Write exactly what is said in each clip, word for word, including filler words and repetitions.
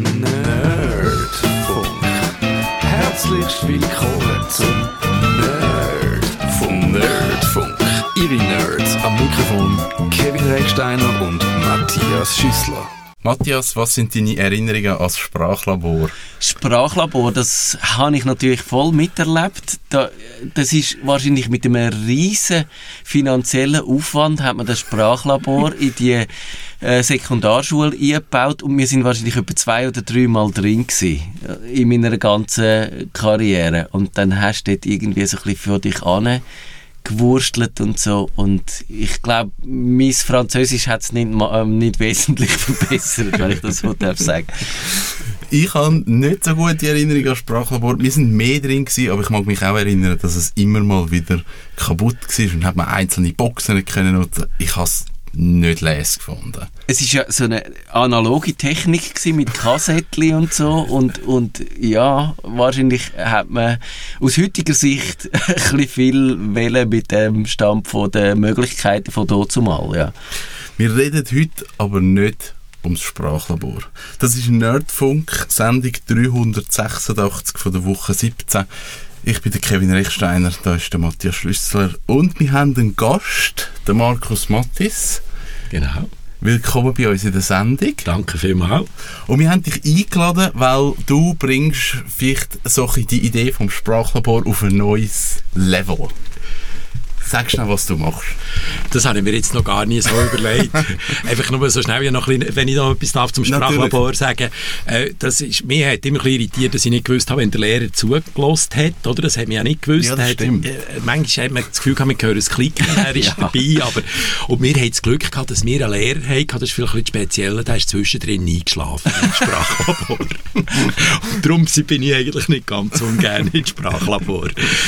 Nerdfunk. Herzlich willkommen zum Nerdfunk. Nerdfunk. Ihre Nerds am Mikrofon Kevin Recksteiner und Matthias Schüssler. Matthias, was sind deine Erinnerungen als Sprachlabor? Sprachlabor, das habe ich natürlich voll miterlebt. Da, das ist wahrscheinlich mit einem riesen finanziellen Aufwand hat man das Sprachlabor in die äh, Sekundarschule eingebaut und wir sind wahrscheinlich etwa zwei oder drei Mal drin gewesen, in meiner ganzen Karriere. Und dann hast du dort irgendwie so ein bisschen für dich an gewurstelt und so, und ich glaube, mein Französisch hat es nicht, äh, nicht wesentlich verbessert, wenn ich das so darf sagen. Ich habe nicht so gute Erinnerungen an Sprachlabor. Wir sind mehr drin gewesen, aber ich mag mich auch erinnern, dass es immer mal wieder kaputt war und hat man einzelne Boxen nicht können nutzen. Ich habe es nicht les gefunden. Es war ja so eine analoge Technik gewesen mit Kassettchen und so, und, und ja, wahrscheinlich hat man aus heutiger Sicht ein bisschen viel wollen mit dem Stand von den Möglichkeiten von dazumal, ja. Wir reden heute aber nicht ums Sprachlabor. Das ist Nerdfunk, Sendung dreihundertsechsundachtzig von der Woche siebzehn. Ich bin der Kevin Rechsteiner, da ist der Matthias Schlüssler und wir haben einen Gast, den Markus Mattis. Genau. Willkommen bei uns in der Sendung. Danke vielmals. Und wir haben dich eingeladen, weil du bringst vielleicht so die Idee vom Sprachlabor auf ein neues Level. Sag schnell, was du machst. Das habe ich mir jetzt noch gar nie so überlegt. Einfach nur so schnell, noch ein bisschen, wenn ich noch etwas darf zum Sprachlabor sagen. Äh, das ist, mich hat immer ein bisschen irritiert, dass ich nicht gewusst habe, wenn der Lehrer zugelassen hat. Oder? Das hat mich auch nicht gewusst. Ja, das hat, stimmt. Äh, manchmal hat man das Gefühl, man hören es klicken, er ist ja dabei. Aber, und wir hatten das Glück gehabt, dass wir einen Lehrer hatten, das ist vielleicht ein bisschen speziell, der ist zwischendrin eingeschlafen im Sprachlabor. Und darum bin ich eigentlich nicht ganz ungern im Sprachlabor.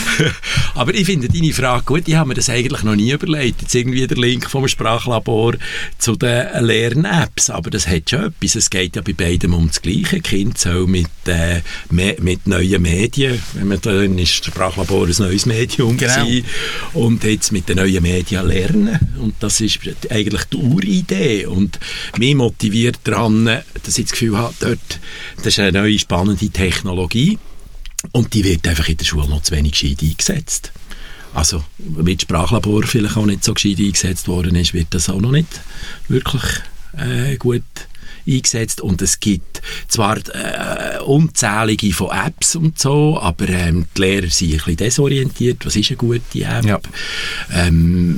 Aber ich finde deine Frage gut, ich habe mir das eigentlich noch nie überlegt. Jetzt irgendwie der Link vom Sprachlabor zu den Lern-Apps. Aber das hat schon etwas. Es geht ja bei beidem um das Gleiche. Kind soll mit, äh, me- mit neuen Medien, wenn man dann ist das Sprachlabor ein neues Medium genau. gewesen, und jetzt mit den neuen Medien lernen. Und das ist eigentlich die Uridee. Und mich motiviert daran, dass ich das Gefühl habe, dort, das ist eine neue spannende Technologie und die wird einfach in der Schule noch zu wenig gescheit eingesetzt. Also, weil das Sprachlabor vielleicht auch nicht so gescheit eingesetzt worden ist, wird das auch noch nicht wirklich äh, gut eingesetzt. Und es gibt zwar äh, unzählige von Apps und so, aber ähm, die Lehrer sind ein bisschen desorientiert. Was ist eine gute App? Ja. Ähm,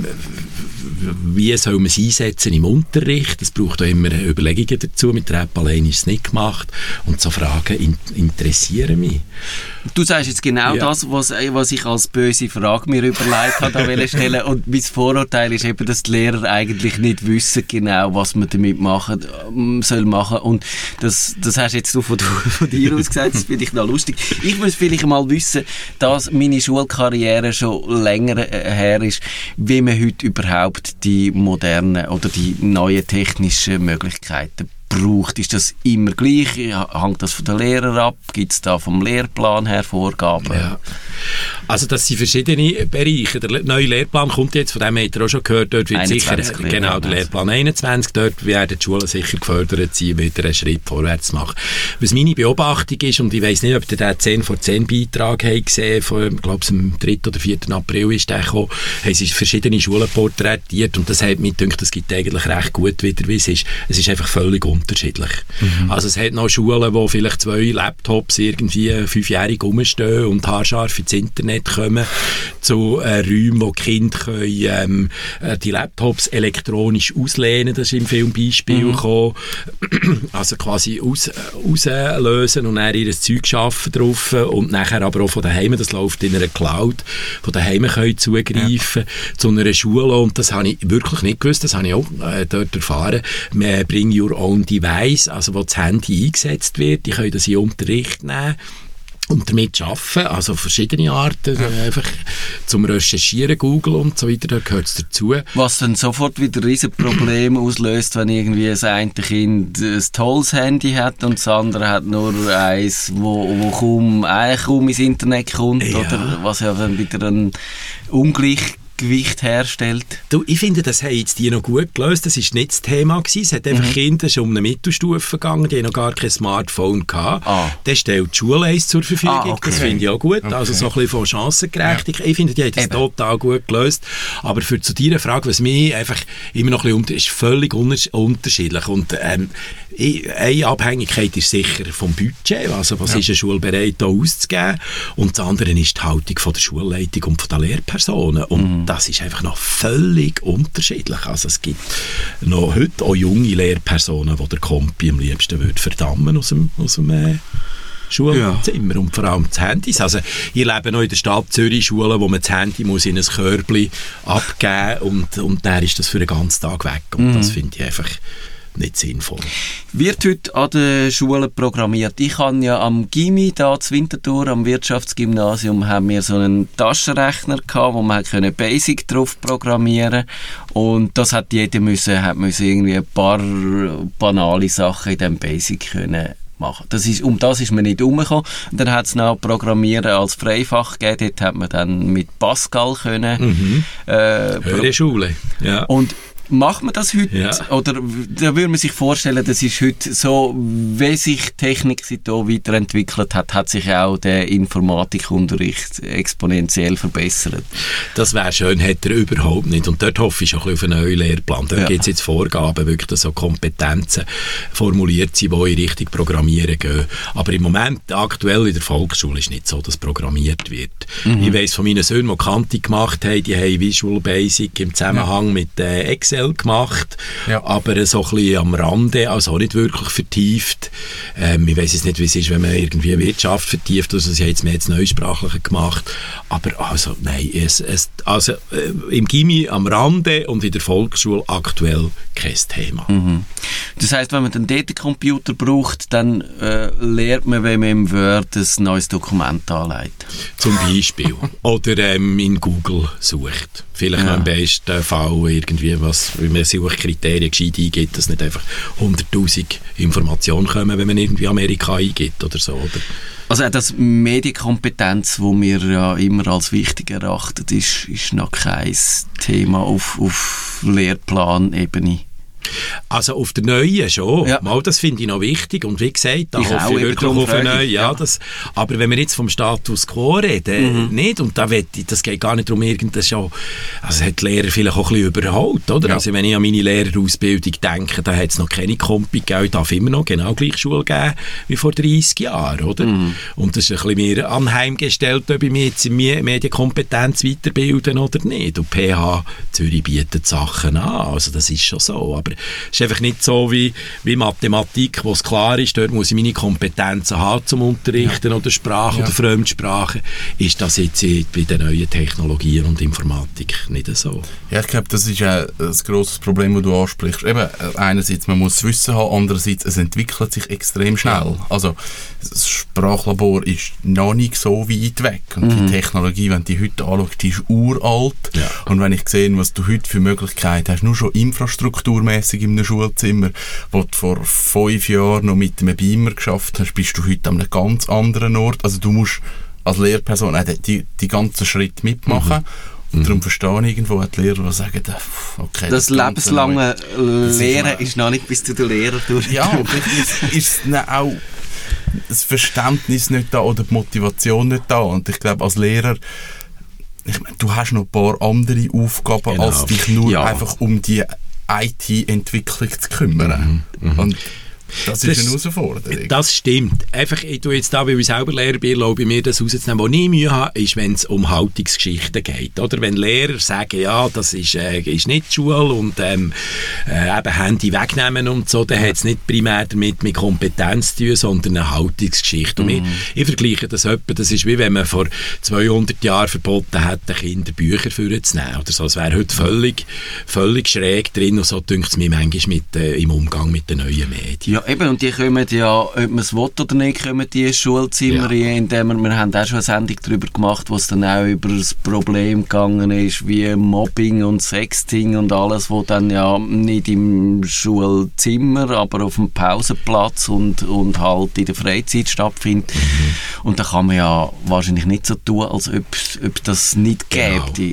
wie soll man es einsetzen im Unterricht? Es braucht auch immer Überlegungen dazu. Mit der App allein ist es nicht gemacht. Und so Fragen in- interessieren mich. Du sagst jetzt genau ja. das, was, was ich als böse Frage mir überlegt habe, da stellen. Und mein Vorurteil ist eben, dass die Lehrer eigentlich nicht wissen genau, was man damit machen soll machen. Und das, das hast jetzt du von, von dir aus gesagt, das finde ich noch lustig. Ich muss vielleicht mal wissen, dass meine Schulkarriere schon länger her ist, wie man heute überhaupt die modernen oder die neuen technischen Möglichkeiten braucht. Ist das immer gleich? Hängt das von den Lehrern ab? Gibt es da vom Lehrplan her Vorgaben? Ja. Also das sind verschiedene Bereiche. Der neue Lehrplan kommt jetzt, von dem habt ihr auch schon gehört, dort wird sicher, genau, der Lehrplan einundzwanzig, dort werden die Schulen sicher gefördert sein, wieder einen Schritt vorwärts zu machen. Was meine Beobachtung ist, und ich weiss nicht, ob ihr den zehn vor zehn Beitrag habt gesehen, von, ich glaube, am dritten oder vierten April ist der gekommen, haben sie verschiedene Schulen porträtiert und das hat mich gedacht, das gibt eigentlich recht gut wieder, wie es ist. Es ist einfach völlig unterschiedlich. Mhm. Also es hat noch Schulen, wo vielleicht zwei Laptops irgendwie fünfjährig rumstehen und haarscharf ins Internet kommen, zu äh, Räumen, wo die Kinder können, ähm, die Laptops elektronisch auslehnen, das ist im Filmbeispiel mhm. gekommen. Also quasi aus, auslösen und dann ihr Zeug schaffen drauf und nachher aber auch von daheim, das läuft in einer Cloud, von daheim können zugreifen ja. zu einer Schule, und das habe ich wirklich nicht gewusst, das habe ich auch äh, dort erfahren. Bring your own device, also wo das Handy eingesetzt wird, die können das in Unterricht nehmen und damit arbeiten, also verschiedene Arten, ja. einfach zum Recherchieren, Google und so weiter, da gehört es dazu. Was dann sofort wieder riesen Probleme auslöst, wenn irgendwie das eine Kind ein tolles Handy hat und das andere hat nur eins, wo, wo kaum, eigentlich kaum ins Internet kommt, ja. oder was ja dann wieder ein Ungleich Ungleichgewicht herstellt? Du, ich finde, das haben jetzt die noch gut gelöst. Das war nicht das Thema gewesen. Es hat einfach mhm. Kinder schon um eine Mittelstufe gegangen, die haben noch gar kein Smartphone gehabt. Ah. Dann stellt die Schule eins zur Verfügung. Ah, okay. Das finde ich auch gut. Okay. Also so ein bisschen von Chancengerechtigkeit. Ja. Ich finde, die haben das Eben. total gut gelöst. Aber für zu deiner Frage, was mich einfach immer noch ein bisschen ist völlig unterschiedlich. Und ähm, eine Abhängigkeit ist sicher vom Budget. Also was ja. ist eine Schule bereit, da auszugeben? Und das andere ist die Haltung von der Schulleitung und von den Lehrpersonen. Und mhm. das ist einfach noch völlig unterschiedlich. Also es gibt noch heute auch junge Lehrpersonen, die der Kompi am liebsten würde verdammen aus dem, aus dem äh, Schulzimmer ja. und vor allem das Handy. Also ich lebe noch in der Stadt Zürich Schulen, wo man das Handy muss in ein Körbchen abgeben und, und dann ist das für den ganzen Tag weg. Und mhm. das finde ich einfach nicht sinnvoll. Wird heute an den Schulen programmiert? Ich habe ja am Gimmi, da zu Winterthur, am Wirtschaftsgymnasium, haben wir so einen Taschenrechner gehabt, wo man können Basic drauf programmieren und das hat jeder müssen, hat müssen irgendwie ein paar banale Sachen in diesem Basic können machen. Das ist, um das ist man nicht herumgekommen. Dann hat es noch Programmieren als Freifach gegeben. Dort hat man dann mit Pascal können. Mhm. Äh, Höhere Schule. Ja. Und macht man das heute? Ja. Oder da würde man sich vorstellen, das ist heute so, wie sich die Technik seitdem weiterentwickelt hat, hat sich auch der Informatikunterricht exponentiell verbessert. Das wäre schön, hätte er überhaupt nicht. Und dort hoffe ich schon ein bisschen auf einen neuen Lehrplan. Da ja. gibt es jetzt Vorgaben, wirklich so Kompetenzen formuliert sind, die in Richtung Programmieren gehen. Aber im Moment, aktuell in der Volksschule, ist nicht so, dass programmiert wird. Mhm. Ich weiss von meinen Söhnen, die Kante gemacht haben, die haben Visual Basic im Zusammenhang ja. mit äh, Excel gemacht, ja. aber so ein bisschen am Rande, also auch nicht wirklich vertieft. Ähm, ich weiss jetzt nicht, wie es ist, wenn man irgendwie Wirtschaft vertieft, also sie haben jetzt mehr jetzt Neusprachliche gemacht, aber also nein, es, es, also äh, im Gimmi am Rande und in der Volksschule aktuell kein Thema. Mhm. Das heisst, wenn man dann dort einen Computer braucht, dann äh, lernt man, wenn man im Word ein neues Dokument anlegt. Zum Beispiel. Oder ähm, in Google sucht. Vielleicht ja. noch im besten Fall irgendwie, was, wenn man Suchkriterien gescheit eingibt, dass nicht einfach hunderttausend Informationen kommen, wenn man irgendwie Amerika eingibt oder so. Oder? Also auch das Medienkompetenz, wo wir ja immer als wichtig erachten, ist, ist noch kein Thema auf, auf Lehrplanebene. Also auf der neuen schon. Ja. Mal, das finde ich noch wichtig. Und wie gesagt, da ich hoffe ich wirklich auf eine neue. Ja, ja. Das, aber wenn wir jetzt vom Status quo reden, mhm. nicht. Und da ich, das geht gar nicht darum, irgendwas schon. Also hat die Lehrer vielleicht auch ein bisschen überholt, oder? Ja. Also wenn ich an meine Lehrerausbildung denke, da hat es noch keine Kompi gegeben, darf immer noch genau gleich Schule geben wie vor dreissig Jahren, oder? Mhm. Und das ist ein bisschen mehr anheimgestellt, ob ich mich jetzt in Medienkompetenz weiterbilden oder nicht. Und P H Zürich bietet Sachen an. Also das ist schon so. Aber es ist einfach nicht so wie, wie Mathematik, wo es klar ist, dort muss ich meine Kompetenzen haben zum Unterrichten ja. oder Sprache ja. oder Fremdsprache. Ist das jetzt bei den neuen Technologien und Informatik nicht so? Ja, ich glaube, das ist auch ein grosses Problem, das du ansprichst. Eben, einerseits, man muss Wissen haben, andererseits, es entwickelt sich extrem schnell. Also, das Sprachlabor ist noch nicht so weit weg. Und mhm. die Technologie, wenn du die heute anschaust, die ist uralt. Ja. Und wenn ich sehe, was du heute für Möglichkeiten hast, nur schon infrastrukturmäßig in einem Schulzimmer, wo du vor fünf Jahren noch mit einem Beamer geschafft hast, bist du heute an einem ganz anderen Ort. Also du musst als Lehrperson äh, die, die ganzen Schritte mitmachen. Mhm. Und darum verstehe ich irgendwo die Lehrer, die sagen, okay... Das, das lebenslange Lehren ist noch nicht bis zu den Lehrer durch. Ja, vielleicht ist es auch das Verständnis nicht da oder die Motivation nicht da. Und ich glaube, als Lehrer, ich meine, du hast noch ein paar andere Aufgaben, genau. als dich nur ja. einfach um die I T-Entwicklung zu kümmern. Mhm. Mhm. Und das ist das, eine Herausforderung. Das stimmt. Einfach, ich tue jetzt da, weil ich selber Lehrer bin, erlaube ich mir das rauszunehmen. Was ich Mühe habe, ist, wenn es um Haltungsgeschichten geht. Oder wenn Lehrer sagen, ja, das ist, äh, ist nicht die Schule und ähm, äh, eben Handy wegnehmen und so, dann hat es nicht primär damit mit Kompetenz zu tun, sondern eine Haltungsgeschichte. Und mhm. ich, ich vergleiche das etwa, das ist wie wenn man vor zweihundert Jahren verboten hätte, Kinder Bücher vorzunehmen. Oder so. Es wäre heute völlig, völlig schräg drin und so dünkt es mir manchmal mit, äh, im Umgang mit den neuen Medien. Ja, eben, und die kommen ja, ob man es will oder nicht, kommen die Schulzimmer, ja. indem wir, wir haben auch schon eine Sendung darüber gemacht, wo es dann auch über das Problem gegangen ist, wie Mobbing und Sexting und alles, wo dann ja nicht im Schulzimmer, aber auf dem Pausenplatz und, und halt in der Freizeit stattfindet. Mhm. Und da kann man ja wahrscheinlich nicht so tun, als ob, ob das nicht gäbe. Genau.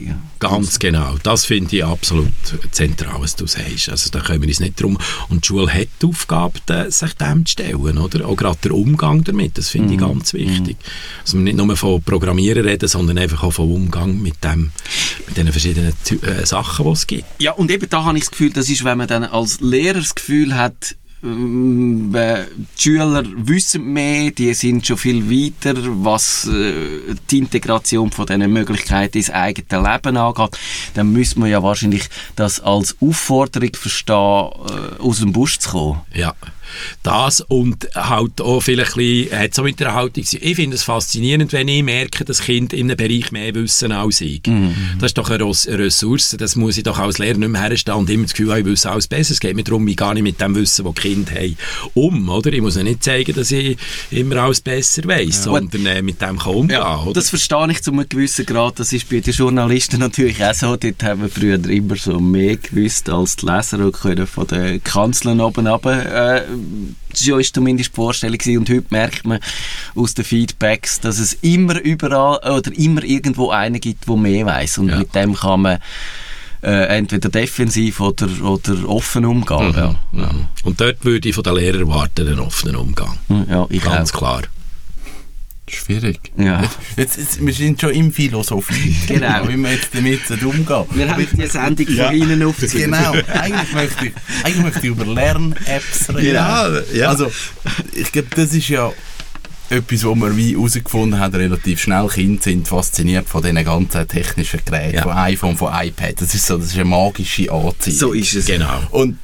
Ganz genau. Das finde ich absolut zentral, was du sagst. Also da können wir uns nicht drum. Und die Schule hat die Aufgabe, sich dem zu stellen, oder? Auch gerade der Umgang damit, das finde mm. ich ganz wichtig. Mm. Also wir nicht nur von Programmieren reden, sondern einfach auch vom Umgang mit dem, mit den verschiedenen äh, Sachen, die es gibt. Ja, und eben da habe ich das Gefühl, das ist, wenn man dann als Lehrer das Gefühl hat, die Schüler wissen mehr, die sind schon viel weiter, was äh, die Integration von diesen Möglichkeiten ins eigene Leben angeht, dann müssen wir ja wahrscheinlich das als Aufforderung verstehen, äh, aus dem Busch zu kommen. Ja. Das und halt auch vielleicht ein bisschen, hat so mit der Haltung, ich finde es faszinierend, wenn ich merke, dass Kinder in einem Bereich mehr wissen als ich. Mhm. Das ist doch eine Ressource, das muss ich doch als Lehrer nicht mehr herstellen und immer das Gefühl haben, ich wüsste alles besser. Es geht mir darum, ich gehe nicht mit dem Wissen, das die Kinder haben, um, oder? Ich muss ja nicht zeigen, dass ich immer alles besser weiss, ja. sondern äh, mit dem kann umgehen, ja, oder? Das verstehe ich zu einem gewissen Grad, das ist bei den Journalisten natürlich auch so, dort haben wir früher immer so mehr gewusst als die Leser und können von den Kanzeln oben runter, äh, das war zumindest die Vorstellung gewesen. Und heute merkt man aus den Feedbacks, dass es immer überall oder immer irgendwo einen gibt, der mehr weiss. Und ja. mit dem kann man äh, entweder defensiv oder, oder offen umgehen. Mhm. Ja. Ja. Und dort würde ich von den Lehrern erwarten, einen offenen Umgang. Ja, ich Ganz auch. klar. Schwierig. Ja. Jetzt, jetzt, wir sind schon im Philosophie. Genau. Wie wir jetzt damit umgehen. Wir haben die Sendung von ja. Ihnen aufgezogen. Genau. Eigentlich möchte ich, eigentlich möchte ich über Lern-Apps reden. Ja, ja. Also, ich glaube, das ist ja etwas, was wir wie herausgefunden haben, relativ schnell. Kinder sind fasziniert von diesen ganzen technischen Geräten, ja. von iPhone, von iPad. Das ist so, das ist eine magische Anziehung. So ist es. Genau. Und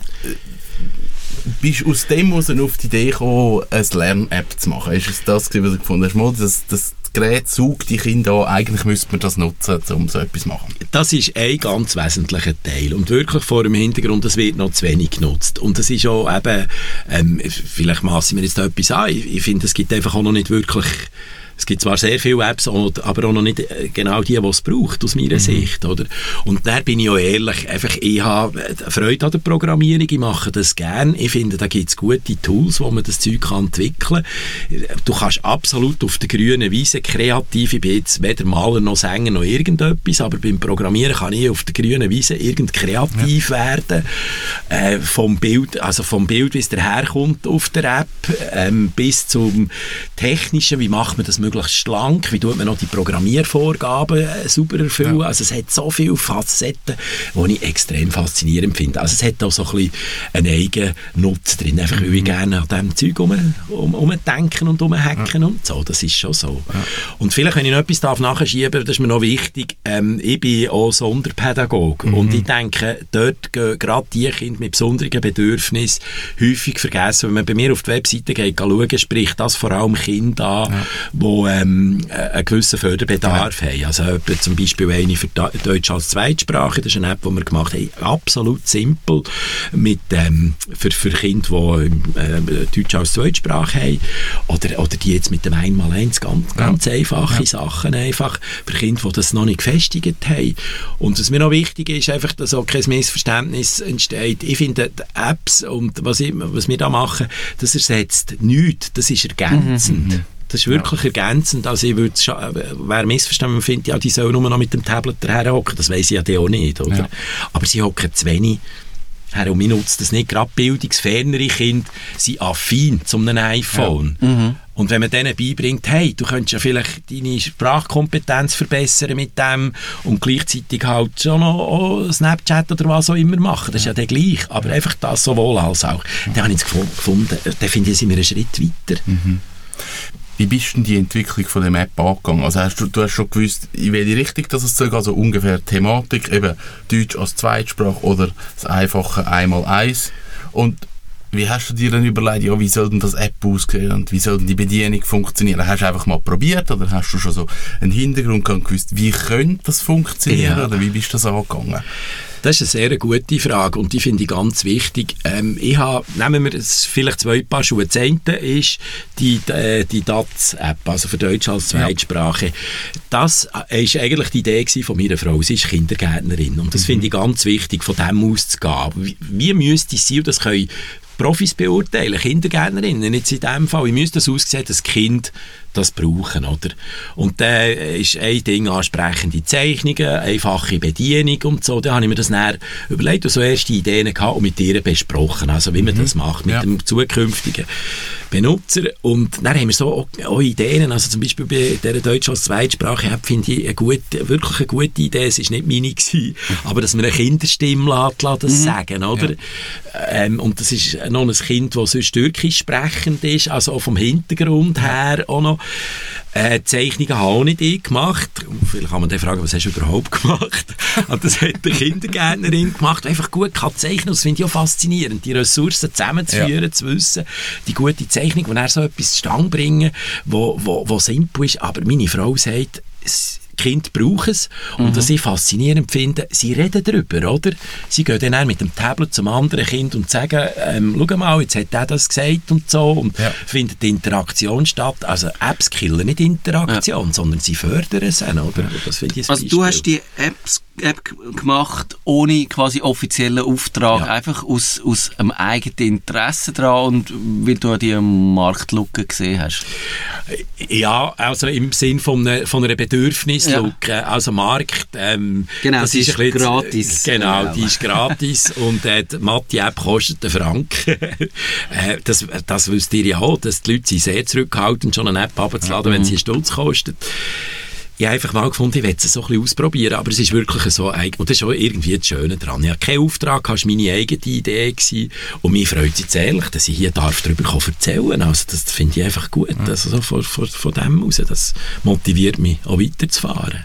bist du aus dem heraus auf die Idee gekommen, eine Lern-App zu machen? Ist es das, was du gefunden hast? Mal, das, das Gerät saugt die Kinder an, eigentlich müsste man das nutzen, um so etwas zu machen. Das ist ein ganz wesentlicher Teil und wirklich vor dem Hintergrund, das wird noch zu wenig genutzt. Und das ist auch eben, ähm, vielleicht masse ich mir jetzt da etwas an, ich, ich finde, es gibt einfach auch noch nicht wirklich... Es gibt zwar sehr viele Apps, aber auch noch nicht genau die, die es braucht, aus meiner mhm. Sicht. Oder? Und da bin ich auch ehrlich, einfach, ich habe Freude an der Programmierung, ich mache das gerne. Ich finde, da gibt es gute Tools, wo man das Zeug kann entwickeln kann. Du kannst absolut auf der grünen Wiese kreativ, ich bin jetzt weder Maler noch Sänger noch irgendetwas, aber beim Programmieren kann ich auf der grünen Wiese irgend kreativ ja. werden. Äh, vom Bild, also vom Bild, wie es daherkommt auf der App, ähm, bis zum Technischen, wie macht man das möglichst schlank, wie tut man noch die Programmiervorgaben äh, sauber erfüllen. Ja. Also es hat so viele Facetten, die ich extrem faszinierend finde. Also es hat auch so ein bisschen einen eigenen Nutzen drin, einfach weil ich gerne an diesem Zeug um, um, umdenken und umhacken ja. und so. Das ist schon so. Ja. Und vielleicht, wenn ich noch etwas darf nachschieben, das ist mir noch wichtig, ähm, ich bin auch Sonderpädagoge mhm. und ich denke, dort gehen gerade die Kinder mit besonderen Bedürfnissen häufig vergessen. Wenn man bei mir auf die Webseite geht, schauen, spricht das vor allem Kinder an, ja. wo ähm, einen gewissen Förderbedarf ja. haben. Also zum Beispiel eine für Deutsch als Zweitsprache, das ist eine App, die wir gemacht haben, absolut simpel, mit, ähm, für, für Kinder, die äh, Deutsch als Zweitsprache haben, oder, oder die jetzt mit dem Einmaleins ganz, ganz ja. einfache ja. Sachen, einfach für Kinder, die das noch nicht gefestigt haben. Und was mir noch wichtig ist, einfach, dass auch kein Missverständnis entsteht. Ich finde, die Apps und was, ich, was wir da machen, das ersetzt nichts, das ist ergänzend. Mhm. Das ist wirklich ja. ergänzend. Also ich würde, wer missverstanden findet, ja, die sollen nur noch mit dem Tablet daher hocken, das weiss ich ja auch nicht. Oder? Ja. Aber sie hocken zu wenig her und wir nutzen das nicht. Gerade bildungsfernere Kinder sind affin zu einem iPhone. Ja. Mhm. Und wenn man denen beibringt, hey, du könntest ja vielleicht deine Sprachkompetenz verbessern mit dem und gleichzeitig halt schon noch Snapchat oder was auch immer machen, das ist ja der gleich. Aber einfach das sowohl als auch. Mhm. Da habe ich jetzt gefunden, da finde ich, sind wir einen Schritt weiter. Mhm. Wie bist denn die Entwicklung von der App angegangen? Also hast du, du hast schon gewusst, in welche Richtung das es soll, also ungefähr Thematik, eben Deutsch als Zweitsprache oder das einfache Einmal-Eins. Und wie hast du dir dann überlegt, ja, wie soll denn das App aussehen und wie soll denn die Bedienung funktionieren? Hast du einfach mal probiert oder hast du schon so einen Hintergrund gehabt, gewusst, wie könnte das funktionieren ja. oder wie bist du das angegangen? Das ist eine sehr gute Frage und die finde ich ganz wichtig. Ähm, ich habe, nehmen wir vielleicht zwei Paar Schuhe. Das eine ist die, die, die D A Z-App, also für Deutsch als Zweitsprache. Ja. Das war eigentlich die Idee von meiner Frau. Sie ist Kindergärtnerin und das mhm. finde ich ganz wichtig, von dem auszugehen. Wie, wie müsste es sein, und das können Profis beurteilen, Kindergärtnerinnen, jetzt in dem Fall, wie müsste das aussehen, dass das Kind das brauchen, oder? Und da ist ein Ding ansprechende Zeichnungen, einfache Bedienung und so. Da habe ich mir das dann überlegt und so erste Ideen gehabt und mit ihr besprochen, also wie man mhm. das macht mit ja. dem zukünftigen Benutzer. Und dann haben wir so auch, auch Ideen, also zum Beispiel bei dieser Deutsch als Zweitsprache-App finde ich eine gute, wirklich eine gute Idee, es war nicht meine gewesen, aber dass man eine Kinderstimme lässt, lässt das mhm. sagen, oder? Ja. Ähm, und das ist noch ein Kind, das sonst türkisch sprechend ist, also auch vom Hintergrund her auch noch. Äh, Zeichnungen habe auch nicht ich gemacht. Vielleicht kann man dann fragen, was hast du überhaupt gemacht? Und das hat eine Kindergärtnerin gemacht, die einfach gut kann zeichnen. Das finde ich auch faszinierend, die Ressourcen zusammenzuführen, ja. zu wissen, die gute Zeichnung, wo er so etwas zustande bringen, wo, wo, wo simpel ist. Aber meine Frau sagt, Kinder brauchen es. Und mhm. was ich faszinierend finde, sie reden darüber, oder? Sie gehen dann mit dem Tablet zum anderen Kind und sagen, ähm, schau mal, jetzt hat der das gesagt und so. Und ja. findet die Interaktion statt. Also Apps killen nicht Interaktion, ja. sondern sie fördern es auch, oder? Das finde ich ein Also Beispiel. Du hast die Apps, App gemacht, ohne quasi offiziellen Auftrag, ja. einfach aus, aus einem eigenen Interesse daran und weil du die Marktlücke gesehen hast? Ja, also im Sinn von, eine, von einer Bedürfnis Ja. Also Markt, ähm, genau, das die ist, ist bisschen, gratis. Genau, ja. die ist gratis und äh, die Matti-App kostet einen Franken. äh, das, das wisst ihr ja auch, dass die Leute sich sehr zurückhalten, schon eine App herunterzuladen, mhm. wenn sie einen Stutz kostet. Ich habe einfach mal gefunden, ich will es so ein bisschen ausprobieren, aber es ist wirklich so, und das ist auch irgendwie das Schöne daran. Ich habe keinen Auftrag, das war meine eigene Idee gewesen, und mich freut es jetzt ehrlich, dass ich hier darf darüber erzählen darf. Also das finde ich einfach gut, mhm. also so von, von, von dem aus, das motiviert mich auch weiterzufahren.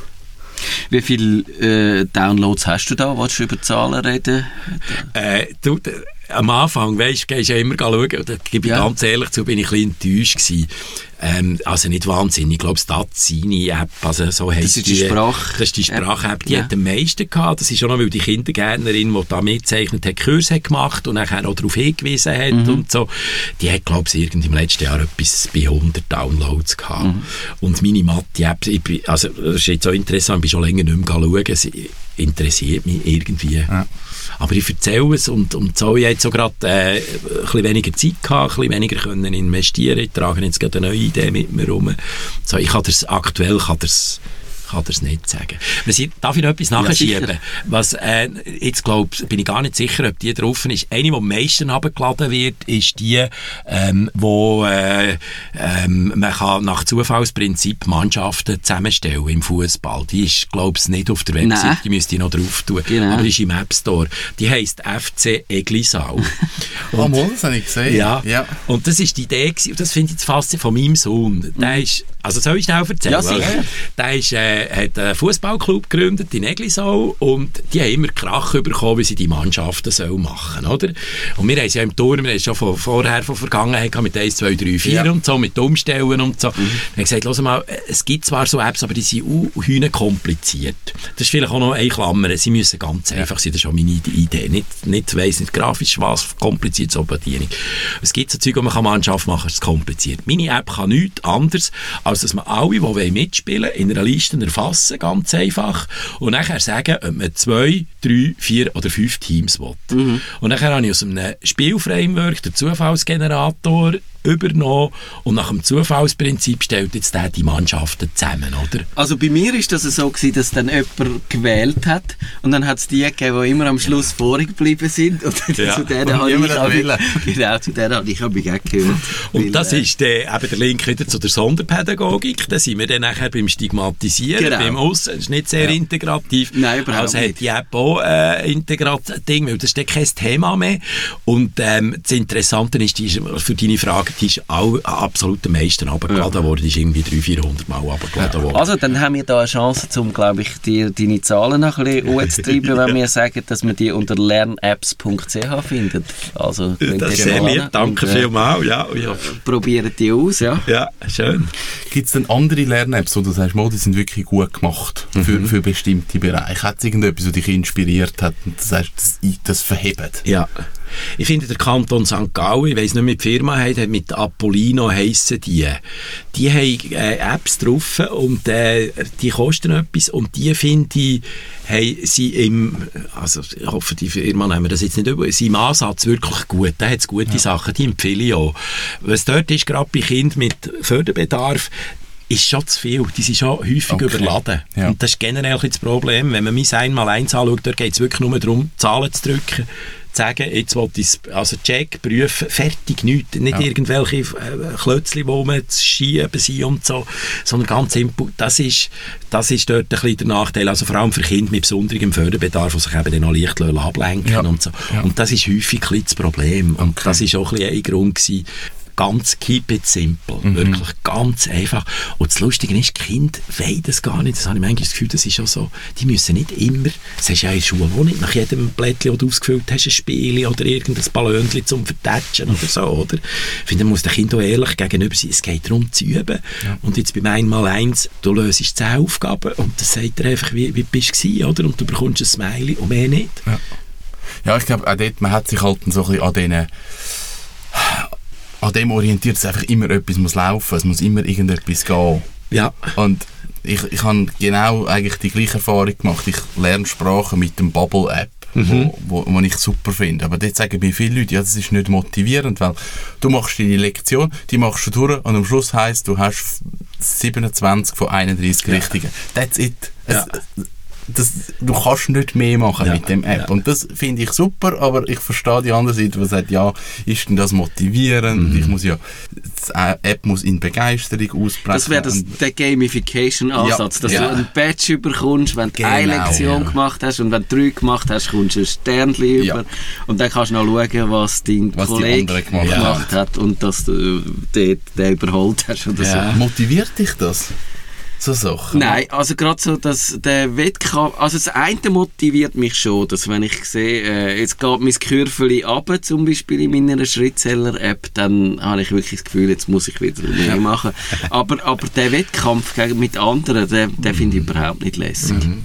Wie viele äh, Downloads hast du da? Willst du über Zahlen reden? Äh, du, d- am Anfang, weißt, gehst du ja immer schauen, da gebe ich ja. ganz ehrlich zu, bin ich ein bisschen enttäuscht gewesen. Ähm, also nicht wahnsinnig, ich glaube, das Tazzini-App, also so heisst das ist die, die Sprach- das ist die Sprach-App, die ja. hat am meisten gehabt. Das ist auch noch, weil die Kindergärtnerin, die da mitzeichnet hat, Kurs hat gemacht und nachher auch darauf hingewiesen hat mhm. und so. Die hat, glaube ich, irgendwie im letzten Jahr etwas bei hundert Downloads gehabt. Mhm. Und meine Mathe-App, also das ist jetzt auch interessant, ich bin schon länger nicht mehr schauen, es interessiert mich irgendwie. Ja. Aber ich erzähle es und, und so, ich hatte so gerade äh, ein bisschen weniger Zeit gehabt, ein bisschen weniger können investieren. Ich trage jetzt gerade eine neue Idee mit mir rum. So, ich kann das aktuell kann das kann das nicht sagen. Ich, darf ich noch etwas nachschieben? Ja, was, äh, jetzt glaub, bin ich gar nicht sicher, ob die drauf ist. Eine, die am meisten heruntergeladen wird, ist die, ähm, wo äh, ähm, man kann nach Zufallsprinzip Mannschaften zusammenstellen im Fußball. Die ist, glaube ich, nicht auf der Website, Nein. die müsste ich noch drauf tun. Genau. Aber die ist im App Store. Die heisst F C Eglisau. Oh, mal, das habe ich gesehen. Ja, ja. Und das ist die Idee, das finde ich jetzt fast von meinem Sohn. Der mhm. ist, also soll ich schnell erzählen? Ja, sicher. Der ist, äh, hat einen Fußballclub gegründet in Eglisau und die haben immer Krach bekommen, wie sie die Mannschaften sollen machen, oder? Und wir haben es ja im Turm, wir haben schon von, vorher von Vergangenheit mit eins, zwei, drei, vier ja. und so, mit Umstellen und so. Mhm. Wir haben gesagt, hör mal, es gibt zwar so Apps, aber die sind uh, kompliziert. Das ist vielleicht auch noch eine Klammer, sie müssen ganz ja. einfach sein, das ist auch meine Idee. Nicht, nicht weiss nicht grafisch was, kompliziert so Bedienung. Es gibt so Zeug, wo man kann Mannschaft machen kann, ist kompliziert. Meine App kann nichts anderes, als dass man alle, die mitspielen wollen, in einer Liste erfassen, ganz einfach, und nachher sagen, ob man zwei, drei, vier oder fünf Teams will. Mhm. Und nachher habe ich aus einem Spielframework den Zufallsgenerator übernommen und nach dem Zufallsprinzip stellt jetzt der die Mannschaften zusammen, oder? Also bei mir ist das so gewesen, dass dann jemand gewählt hat und dann hat es die gegeben, die immer am Schluss vorig geblieben sind und ja. zu denen habe ich, genau, zu denen habe ich auch gehört. Und weil, das ist äh, eben der Link wieder zu der Sonderpädagogik, da sind wir dann nachher beim Stigmatisieren, genau. beim Aussen, das ist nicht sehr ja. integrativ. Nein, überhaupt also nicht. hat die App auch äh, Integrat-Ding, weil das ist kein Thema mehr. Und ähm, das Interessante ist, die ist, für deine Frage, die ist auch absolut am meisten runtergeladen ja. worden, die ist irgendwie dreihundert, vierhundert Mal runtergeladen worden. Also dann haben wir da eine Chance, um, glaube ich, die, deine Zahlen noch ein bisschen hochzutreiben, wenn wir sagen, dass man die unter lernapps punkt c h findet. Also, das ist sehr lieb, danke und, äh, vielmals. Ja, ja. Probieren die aus, ja. Ja, schön. Gibt es denn andere Lern-Apps, wo du sagst, die sind wirklich gut gemacht mhm. für, für bestimmte Bereiche? Hat es irgendetwas, das dich inspiriert hat und du sagst, das, das verhebt? Ja. Ich finde, der Kanton Sankt Gallen, ich weiss nicht, wie die Firma heisst, mit Apollino heissen die. Die haben äh, Apps drauf und äh, die kosten etwas und die, finde ich, haben sie im, also ich hoffe, die Firma nehmen das jetzt nicht über, sind im Ansatz wirklich gut. Da hat es gute ja. Sachen, die empfehle ich auch. Was dort ist, gerade bei Kindern mit Förderbedarf, ist schon zu viel. Die sind schon häufig okay. überladen. Ja. Und das ist generell das Problem. Wenn man mein Einmal-Eins anschaut, dort geht es wirklich nur darum, Zahlen zu drücken, zu sagen, jetzt will ich also check, prüfen, fertig, nichts. Nicht ja. irgendwelche äh, Klötzchen, wo man zu schieben sind und so, sondern ganz Input. Das ist, das ist dort ein bisschen der Nachteil. Also vor allem für Kinder mit besonderem Förderbedarf, die sich eben dann noch leicht ablenken ja. und so. Ja. Und das ist häufig ein bisschen das Problem. Und okay. das ist auch ein bisschen ein Grund gewesen, ganz keep it simple, mhm. wirklich ganz einfach. Und das Lustige ist, die Kinder wollen das gar nicht. Das habe ich manchmal das Gefühl, das ist auch so, die müssen nicht immer, das hast du ja in der Schule auch nicht, nach jedem Blättchen, das du ausgefüllt hast, ein Spiel oder irgendein Ballönchen zum Vertatschen oder so, oder? Ich finde, man muss den Kindern auch ehrlich gegenüber sein, es geht darum zu üben. Ja. Und jetzt beim Einmal-Eins, du löst zehn Aufgaben und das sagt er einfach, wie, wie bist du gewesen, oder? Und du bekommst ein Smiley und mehr nicht. Ja, ja ich glaube, auch dort, man hat sich halt so ein bisschen an diesen an dem orientiert, dass einfach immer etwas muss laufen, es muss immer irgendetwas gehen. Ja. Und ich, ich habe genau eigentlich die gleiche Erfahrung gemacht. Ich lerne Sprachen mit dem Bubble-App, mhm. wo, wo, wo ich super finde. Aber dort sagen mir viele Leute, ja, das ist nicht motivierend, weil du machst deine Lektion, die machst du durch und am Schluss heisst, du hast siebenundzwanzig von einunddreißig ja. Richtigen. That's it. Ja. Es, Das, du kannst nicht mehr machen ja, mit dem App. Ja. Und das finde ich super, aber ich verstehe die andere Seite, die sagt, ja, ist denn das motivierend? Mhm. Ich muss ja, die App muss in Begeisterung ausbrechen. Das wäre der Gamification-Ansatz, ja, dass ja. du ein Badge überkommst, wenn du genau, eine Lektion ja. gemacht hast und wenn du drei gemacht hast, kommst du ein Sternchen ja. über und dann kannst du noch schauen, was dein was Kollege gemacht, gemacht ja. hat und dass du den, den überholt hast oder ja. so. Motiviert dich das? So Sachen? Nein, also gerade so, dass der Wettkampf, also das eine motiviert mich schon, dass wenn ich sehe, äh, jetzt geht mein Kürfeli runter, zum Beispiel in meiner Schrittzähler-App, dann habe ich wirklich das Gefühl, jetzt muss ich wieder mehr machen. Aber, aber der Wettkampf mit anderen, den, den finde ich überhaupt nicht lässig. Mhm.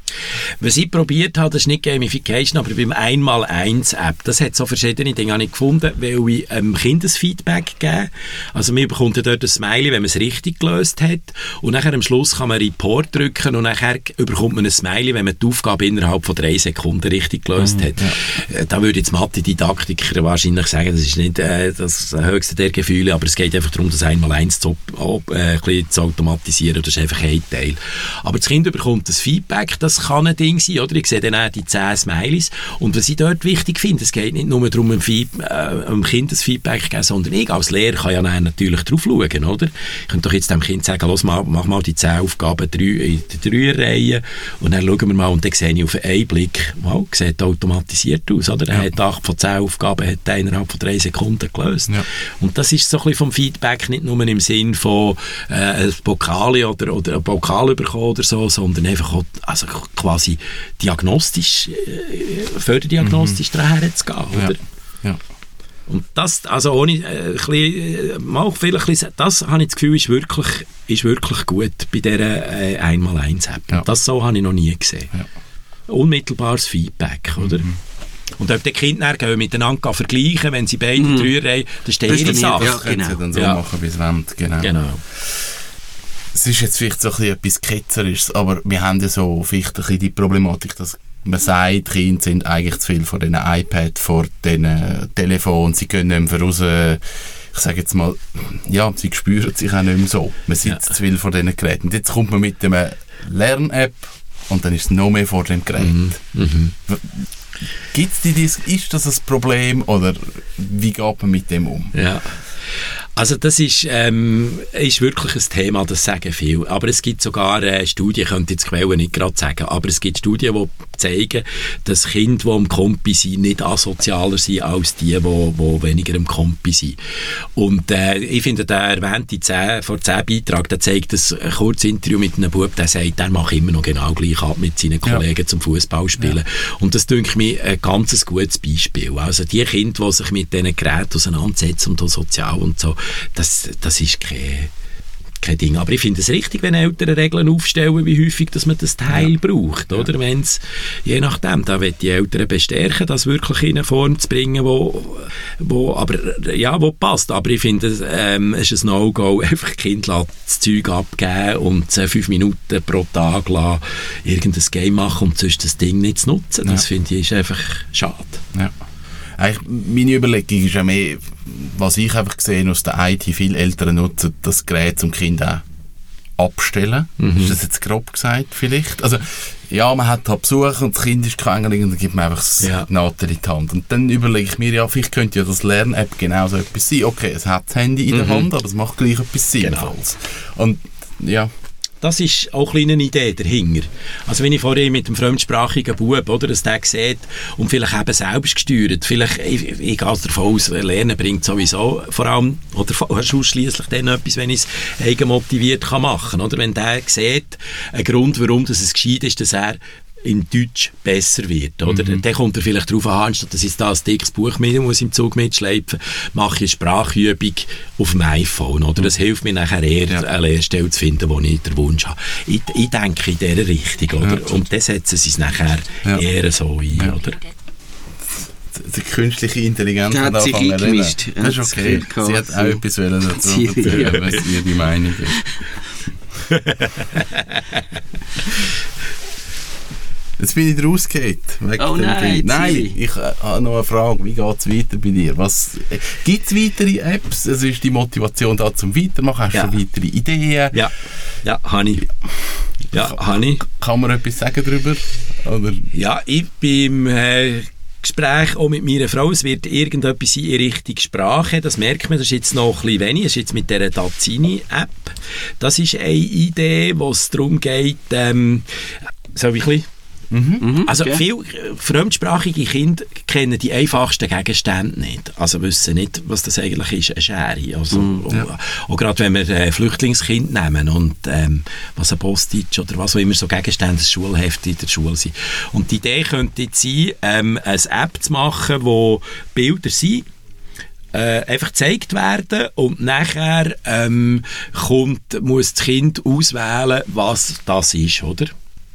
Was ich probiert habe, das ist nicht Gamification, aber beim Einmal-Eins-App, das hat so verschiedene Dinge habe ich gefunden, weil ich ähm, Kindesfeedback geben. Also man bekommt ja dort ein Smiley, wenn man es richtig gelöst hat und nachher am Schluss kann man Report drücken und nachher bekommt man ein Smiley, wenn man die Aufgabe innerhalb von drei Sekunden richtig gelöst mhm, hat. Ja. Da würde jetzt Mathe-Didaktiker wahrscheinlich sagen, das ist nicht äh, das höchste der Gefühle, aber es geht einfach darum, das Einmal-Eins zu, äh, ein bisschen zu automatisieren, das ist einfach ein Teil. Aber das Kind bekommt das Feedback, das kann ein Ding sein, oder? Ich sehe dann auch die zehn Smileys. Und was ich dort wichtig finde, es geht nicht nur darum, einem, Feed, äh, einem Kind das Feedback zu geben, sondern ich als Lehrer kann ja natürlich drauf schauen, oder? Ich könnte doch jetzt dem Kind sagen, los, mach mal die zehn Aufgaben in der Dreierreihe und dann schauen wir mal und dann sehe ich auf einen Blick, wow, sieht automatisiert aus, oder? Er ja. hat acht von zehn Aufgaben hat er innerhalb von drei Sekunden gelöst. Ja. Und das ist so ein bisschen vom Feedback nicht nur im Sinn von äh, ein Pokal oder, oder ein Pokal bekommen oder so, sondern einfach auch, also quasi diagnostisch, äh, förderdiagnostisch mhm. daher zu gehen, oder? Ja. Ja. Und das, also ohne äh, ein bisschen, äh, mal vielleicht ein bisschen, das habe ich das Gefühl, ist wirklich, ist wirklich gut bei dieser äh, Einmal-Eins-App. Ja. Das so habe ich noch nie gesehen. Ja. Unmittelbares Feedback, oder? Mhm. Und ob die Kinder dann miteinander vergleichen, wenn sie beide mhm. drei Reihen, das ist ihre Sache. Ja, können genau. sie dann so ja. machen, wie sie wollen. Genau. genau. Es ist jetzt vielleicht so ein bisschen etwas Ketzerisches, aber wir haben ja so vielleicht ein bisschen die Problematik, dass man sagt, Kinder sind eigentlich zu viel von diesen iPad, vor diesen Telefon, sie gehen nicht mehr raus, ich sage jetzt mal, ja, sie spüren sich auch nicht mehr so. Man sitzt ja. zu viel vor diesen Geräten. Und jetzt kommt man mit einer Lern-App und dann ist es noch mehr vor dem Gerät. Mhm. Mhm. Gibt's die, ist das ein Problem oder wie geht man mit dem um? Ja. Also das ist, ähm, ist wirklich ein Thema, das sagen viele. Aber es gibt sogar äh, Studien, ich könnte jetzt die Quellen nicht gerade sagen, aber es gibt Studien, die zeigen, dass Kinder, die am Kompi sind, nicht asozialer sind als die, die, die weniger am Kompi sind. Und äh, ich finde, der erwähnte zehn, vor zehn Beitrag, der zeigt ein kurzes Interview mit einem Bub, der sagt, der macht immer noch genau gleich ab mit seinen Kollegen ja. zum Fußballspielen. Ja. Und das denke ich mir ein ganz gutes Beispiel. Also die Kinder, die sich mit diesen Geräten auseinandersetzen und sozial und so, Das, das ist kein, kein Ding. Aber ich finde es richtig, wenn Eltern Regeln aufstellen, wie häufig dass man das Teil ja. braucht. Oder? Ja. Wenn's, je nachdem, da will die Eltern bestärken, das wirklich in eine Form zu bringen, wo, wo, aber, ja, wo passt. Aber ich finde, ähm, es ist ein No-Go, einfach Kind das Zeug abgeben und äh, fünf Minuten pro Tag lassen, irgendein Game machen und sonst das Ding nicht zu nutzen. Das ja. finde ich ist einfach schade. Ja. Eigentlich, meine Überlegung ist ja mehr, was ich einfach gesehen aus der I T, viele Eltern nutzen das Gerät zum Kind auch abstellen. Mhm. Ist das jetzt grob gesagt vielleicht? Also, ja, man hat halt Besuch und das Kind ist kränklich und dann gibt man einfach das ja. Natel in die Hand. Und dann überlege ich mir, ja, vielleicht könnte ja das Lern-App genauso etwas sein. Okay, es hat das Handy in mhm. der Hand, aber es macht gleich etwas Sinnvolles. Genau. Und, ja... Das ist auch eine kleine Idee dahinter. Also wenn ich vorhin mit dem fremdsprachigen Bub, oder, dass der sieht und vielleicht eben selbst gesteuert, vielleicht, ich, ich gehe davon aus, Lernen bringt sowieso vor allem, oder ausschliesslich dann etwas, wenn ich es eigenmotiviert kann machen kann. Oder wenn der sieht, ein Grund, warum das es geschieht ist, dass er in Deutsch besser wird. Oder? Mhm. Dann kommt er vielleicht darauf an, anstatt dass ich da ein dickes Buch mit muss im Zug mitschleifen, mache ich eine Sprachübung auf dem iPhone. Oder? Das hilft mir nachher eher, ja. eine Lehrstelle zu finden, wo ich den Wunsch habe. Ich, ich denke in dieser Richtung. Oder? Ja. Und dann setzen sie es nachher ja. eher so ein. Ja. Oder? Die künstliche Intelligenz hat hat sich eingemischt. Das ist okay. Sie hat auch etwas dazu erzählen, was ihre Meinung ist. Jetzt bin ich rausgegangen. Oh nein, nein, ich äh, habe noch eine Frage. Wie geht es weiter bei dir? Äh, Gibt es weitere Apps? Also ist die Motivation da zum Weitermachen? Hast du ja. weitere Ideen? Ja, ja habe ich. Ja, habe ich. Kann man etwas sagen darüber? Oder? Ja, ich bin im äh, Gespräch auch mit meiner Frau. Es wird irgendetwas in Richtung Sprache. Das merkt man, das ist jetzt noch ein bisschen wenig. Das ist jetzt mit dieser Tazzini-App. Das ist eine Idee, wo es darum geht, ähm, so wie ein bisschen Mhm. Also okay. viele fremdsprachige Kinder kennen die einfachsten Gegenstände nicht. Also wissen nicht, was das eigentlich ist, eine Schere. Also, mhm, ja. auch, auch gerade wenn wir äh, Flüchtlingskind nehmen und ähm, was ein Post-it oder was auch immer so Gegenstände, das Schulheft in der Schule sind. Und die Idee könnte jetzt sein, ähm, eine App zu machen, wo Bilder sind, Äh, einfach gezeigt werden und nachher ähm, kommt, muss das Kind auswählen, was das ist, oder?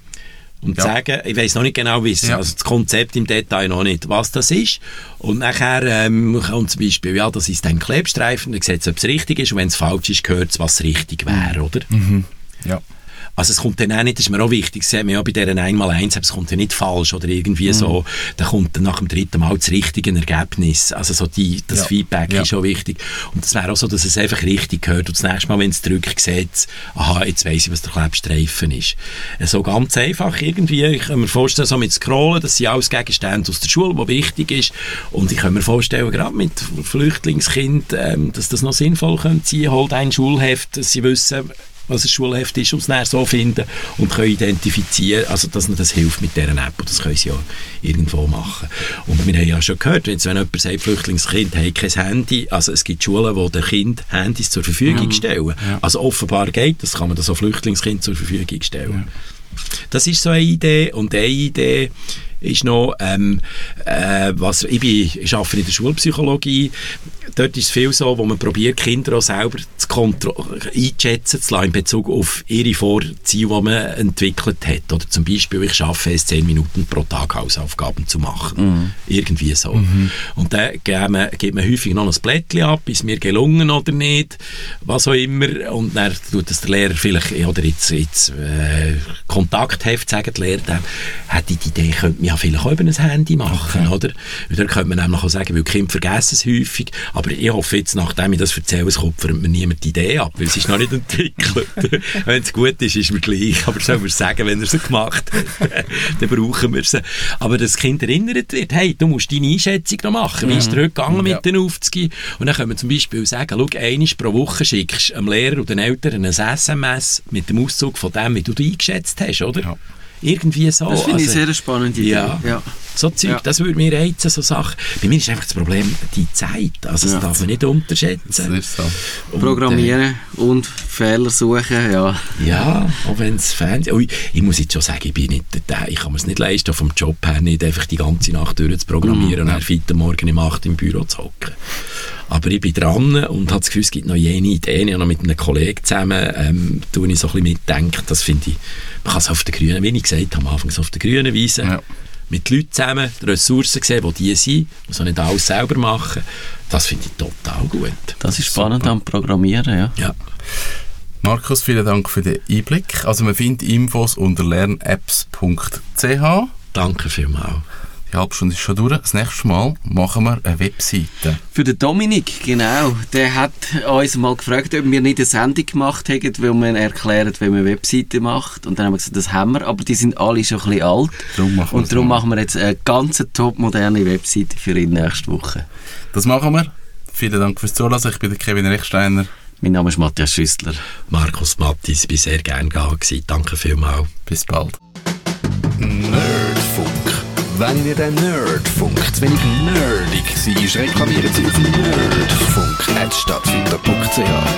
Und ja. sagen, ich weiss noch nicht genau, wie es, ja. also das Konzept im Detail noch nicht, was das ist. Und nachher ähm, kommt zum Beispiel, ja, das ist ein Klebstreifen, dann sieht es, ob es richtig ist, und wenn es falsch ist, gehört es, was richtig wäre, oder? Mhm. Ja. Also es kommt dann auch nicht, das ist mir auch wichtig, das sehen wir ja bei dieser eins mal eins, es kommt ja nicht falsch oder irgendwie mhm. so, dann kommt dann nach dem dritten Mal das richtige Ergebnis, also so die, das ja. Feedback ja. ist auch wichtig und es wäre auch so, dass es einfach richtig gehört und das nächste Mal, wenn es drückt, sieht aha, jetzt weiss ich, was der Klebstreifen ist. So ganz einfach irgendwie, ich kann mir vorstellen, so mit Scrollen, das sind alles Gegenstände aus der Schule, die wichtig ist und ich kann mir vorstellen, gerade mit Flüchtlingskind, ähm, dass das noch sinnvoll könnte sein, holt ein Schulheft, dass sie wissen, was ein Schulheft ist, und es dann so finden und können identifizieren, also dass ihnen das hilft mit dieser App und das können sie ja irgendwo machen. Und wir haben ja schon gehört, wenn jemand sagt, Flüchtlingskind hat kein Handy, also es gibt Schulen, wo den Kindern Handys zur Verfügung ja. stellen. Ja. Also offenbar geht das, kann man das auch Flüchtlingskind zur Verfügung stellen. Ja. Das ist so eine Idee und eine Idee ist noch, ähm, äh, was, ich, bin, ich arbeite in der Schulpsychologie, dort ist es viel so, wo man probiert, Kinder auch selber zu kontro- einschätzen zu lassen in Bezug auf ihre Vorziele, die man entwickelt hat. Oder zum Beispiel, ich schaffe es, zehn Minuten pro Tag Hausaufgaben zu machen. Mhm. Irgendwie so. Mhm. Und dann gibt man, gibt man häufig noch ein Blättchen ab, ist mir gelungen oder nicht, was auch immer. Und dann tut das der Lehrer vielleicht, oder jetzt, jetzt äh, Kontaktheft, sagen die Lehrer, hätte die Idee, könnte man ja vielleicht auch über ein Handy machen, okay. oder? Und dann könnte man nämlich auch sagen, weil die Kinder vergessen es häufig, aber ich hoffe jetzt, nachdem ich das erzähle, es kupfert mir niemand die Idee ab, weil es ist noch nicht entwickelt. Wenn es gut ist, ist mir gleich, aber soll man sagen, wenn er es gemacht hat, dann brauchen wir es. Aber das Kind erinnert wird, hey, du musst deine Einschätzung noch machen, wie ist es zurückgegangen ja. mit den Aufzügen? Und dann können wir zum Beispiel sagen, schau, einmal pro Woche schickst du dem Lehrer und den Eltern ein S M S mit dem Auszug von dem, wie du dich eingeschätzt hast, oder? Ja. Irgendwie so. Das finde ich also, sehr spannend. Ja. ja. So Zeug, ja. Das würde mir reizen, so Sachen. Bei mir ist einfach das Problem die Zeit. Also das ja. darf man nicht unterschätzen. Das ist so. Und, Programmieren äh, und Fehler suchen, ja. Ja, auch wenn es Fernsehen... Oh, ich, ich muss jetzt schon sagen, ich bin nicht der, ich kann mir es nicht leisten, vom Job her nicht einfach die ganze Nacht durch zu programmieren mm, und dann ja. morgen um acht im Büro zu hocken. Aber ich bin dran und habe das Gefühl, es gibt noch jene Ideen. Ich habe noch mit einem Kollegen zusammen, ähm, tue ich so ein bisschen mitdenken. Das finde ich, man kann es auf der grünen, wie ich gesagt habe, am Anfang so auf der grünen Weise, ja. mit Leuten zusammen, die Ressourcen sehen, wo die sind, muss auch nicht alles selber machen. Das finde ich total gut. Das ist spannend am Programmieren, ja. ja. Markus, vielen Dank für den Einblick. Also man findet Infos unter lernapps punkt c h. Danke vielmals. Die halbe Stunde ist schon durch. Das nächste Mal machen wir eine Webseite. Für den Dominik, genau. Der hat uns mal gefragt, ob wir nicht eine Sendung gemacht haben, weil man erklärt, wie man eine Webseite macht. Und dann haben wir gesagt, das haben wir, aber die sind alle schon ein bisschen alt. Darum machen Und darum machen wir jetzt eine ganz top moderne Webseite für ihn nächste Woche. Das machen wir. Vielen Dank fürs Zuhören. Ich bin der Kevin Rechsteiner. Mein Name ist Matthias Schüssler. Markus Mattis, ich war sehr gerne da gewesen. Danke vielmals. Bis bald. Nerdfunk. Wenn ihr den Nerdfunk zu wenig nerdig seid, reklamiert sie auf nerdfunk at stadtfilter punkt c h.